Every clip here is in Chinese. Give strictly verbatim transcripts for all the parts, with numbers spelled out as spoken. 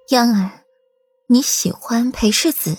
央儿，你喜欢裴世子？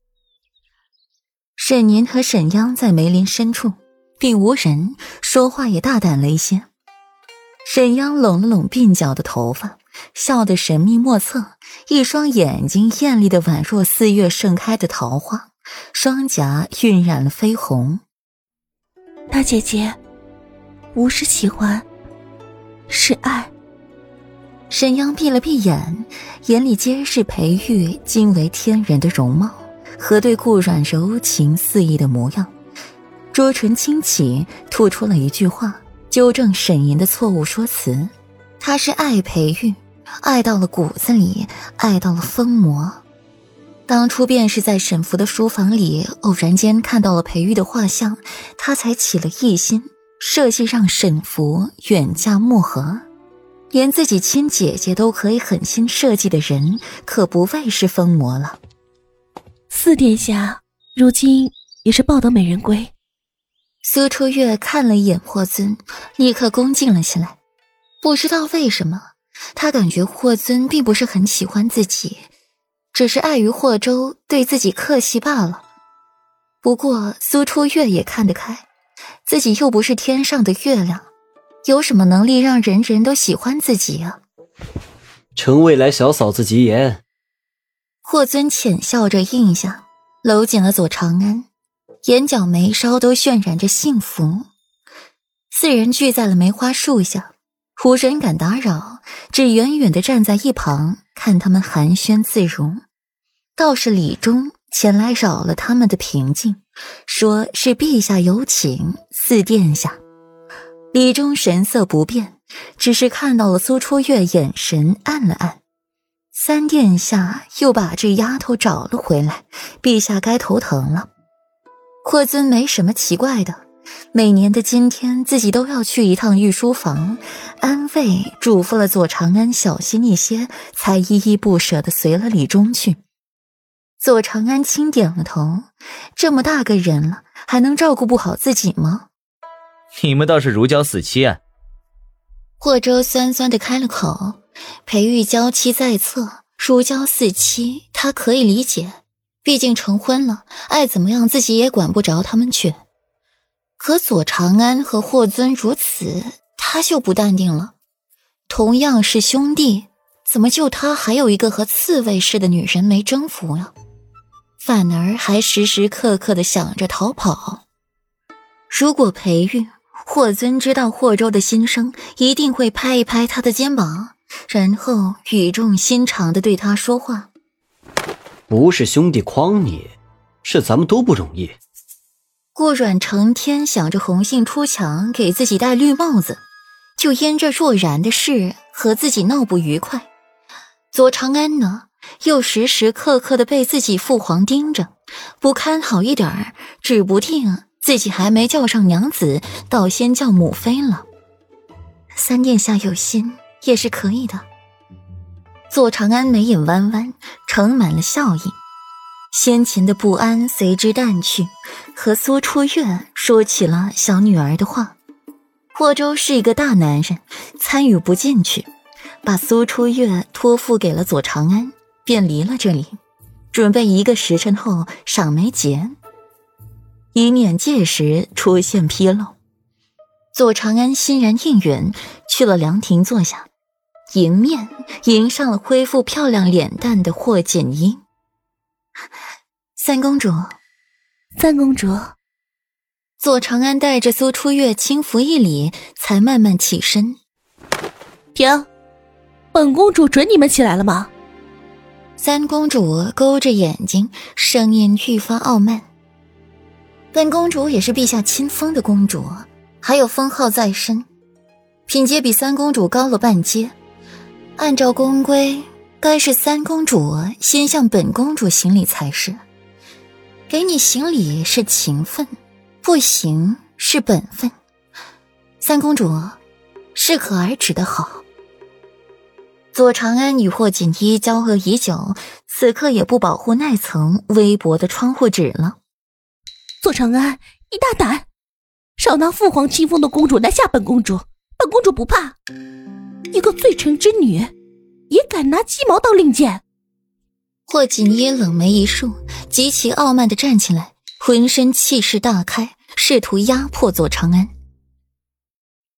沈年和沈央在梅林深处，并无人，说话也大胆了一些。沈央拢了拢鬓角的头发，笑得神秘莫测，一双眼睛艳丽的宛若四月盛开的桃花，双颊晕染了绯红。 大姐姐，不是喜欢，是爱。 沈央闭了闭眼，眼里皆是裴玉惊为天人的容貌和对顾阮柔情四溢的模样。拙唇轻启，吐出了一句话，纠正沈吟的错误说辞。他是爱裴玉，爱到了骨子里，爱到了疯魔。当初便是在沈福的书房里偶然间看到了裴玉的画像，他才起了异心，设计让沈福远嫁漠河。连自己亲姐姐都可以狠心设计的人，可不谓是疯魔了。 四殿下如今也是抱得美人归。 苏初月看了一眼霍尊，立刻恭敬了起来。不知道为什么，他感觉霍尊并不是很喜欢自己，只是碍于霍州对自己客气罢了。不过苏初月也看得开，自己又不是天上的月亮，有什么能力让人人都喜欢自己啊？ 承未来小嫂子吉言。 霍尊浅笑着应下，搂紧了左长安，眼角眉梢都渲染着幸福。四人聚在了梅花树下，无人敢打扰，只远远地站在一旁看他们寒暄自如。倒是李忠前来扰了他们的平静，说是陛下有请，四殿下。李忠神色不变，只是看到了苏初月，眼神暗了暗。三殿下又把这丫头找了回来，陛下该头疼了。霍尊没什么奇怪的，每年的今天自己都要去一趟御书房，安慰嘱咐了左长安小心一些，才依依不舍地随了李忠去。左长安轻点了头，这么大个人了，还能照顾不好自己吗？ 你们倒是如胶似漆啊。 霍州酸酸地开了口，裴玉娇妻在侧，如胶似漆，他可以理解，毕竟成婚了，爱怎么样自己也管不着他们去。可左长安和霍尊如此，他就不淡定了。同样是兄弟，怎么就他还有一个和刺猬似的女人没征服呀？反而还时时刻刻地想着逃跑。如果裴玉、霍尊知道霍州的心声，一定会拍一拍他的肩膀，然后语重心长地对他说话。 不是兄弟诓你，是咱们都不容易。 顾阮成天想着红杏出墙给自己戴绿帽子，就因这若然的事和自己闹不愉快。左长安呢，又时时刻刻地被自己父皇盯着，不看好一点儿，指不定自己还没叫上娘子，倒先叫母妃了。三殿下有心也是可以的。左长安眉眼弯弯，盛满了笑意，先前的不安随之淡去，和苏初月说起了小女儿的话。霍州是一个大男人，参与不进去，把苏初月托付给了左长安，便离了这里，准备一个时辰后赏梅节，以免届时出现纰漏。左长安欣然应允，去了凉亭坐下，迎面迎上了恢复漂亮脸蛋的霍锦衣。三公主。 三公主。 左长安带着苏初月轻拂一礼，才慢慢起身。 停，本公主准你们起来了吗？ 三公主勾着眼睛，声音愈发傲慢。本公主也是陛下亲封的公主，还有封号在身，品阶比三公主高了半阶。按照宫规，该是三公主先向本公主行礼才是。给你行礼是情分，不行是本分。三公主适可而止的好。左长安与霍锦衣交恶已久，此刻也不保护那层微薄的窗户纸了。 左长安，你大胆，少拿父皇亲封的公主来吓本公主，本公主不怕。一个罪臣之女，也敢拿鸡毛当令箭？ 霍锦衣冷眉一竖，极其傲慢地站起来，浑身气势大开，试图压迫左长安。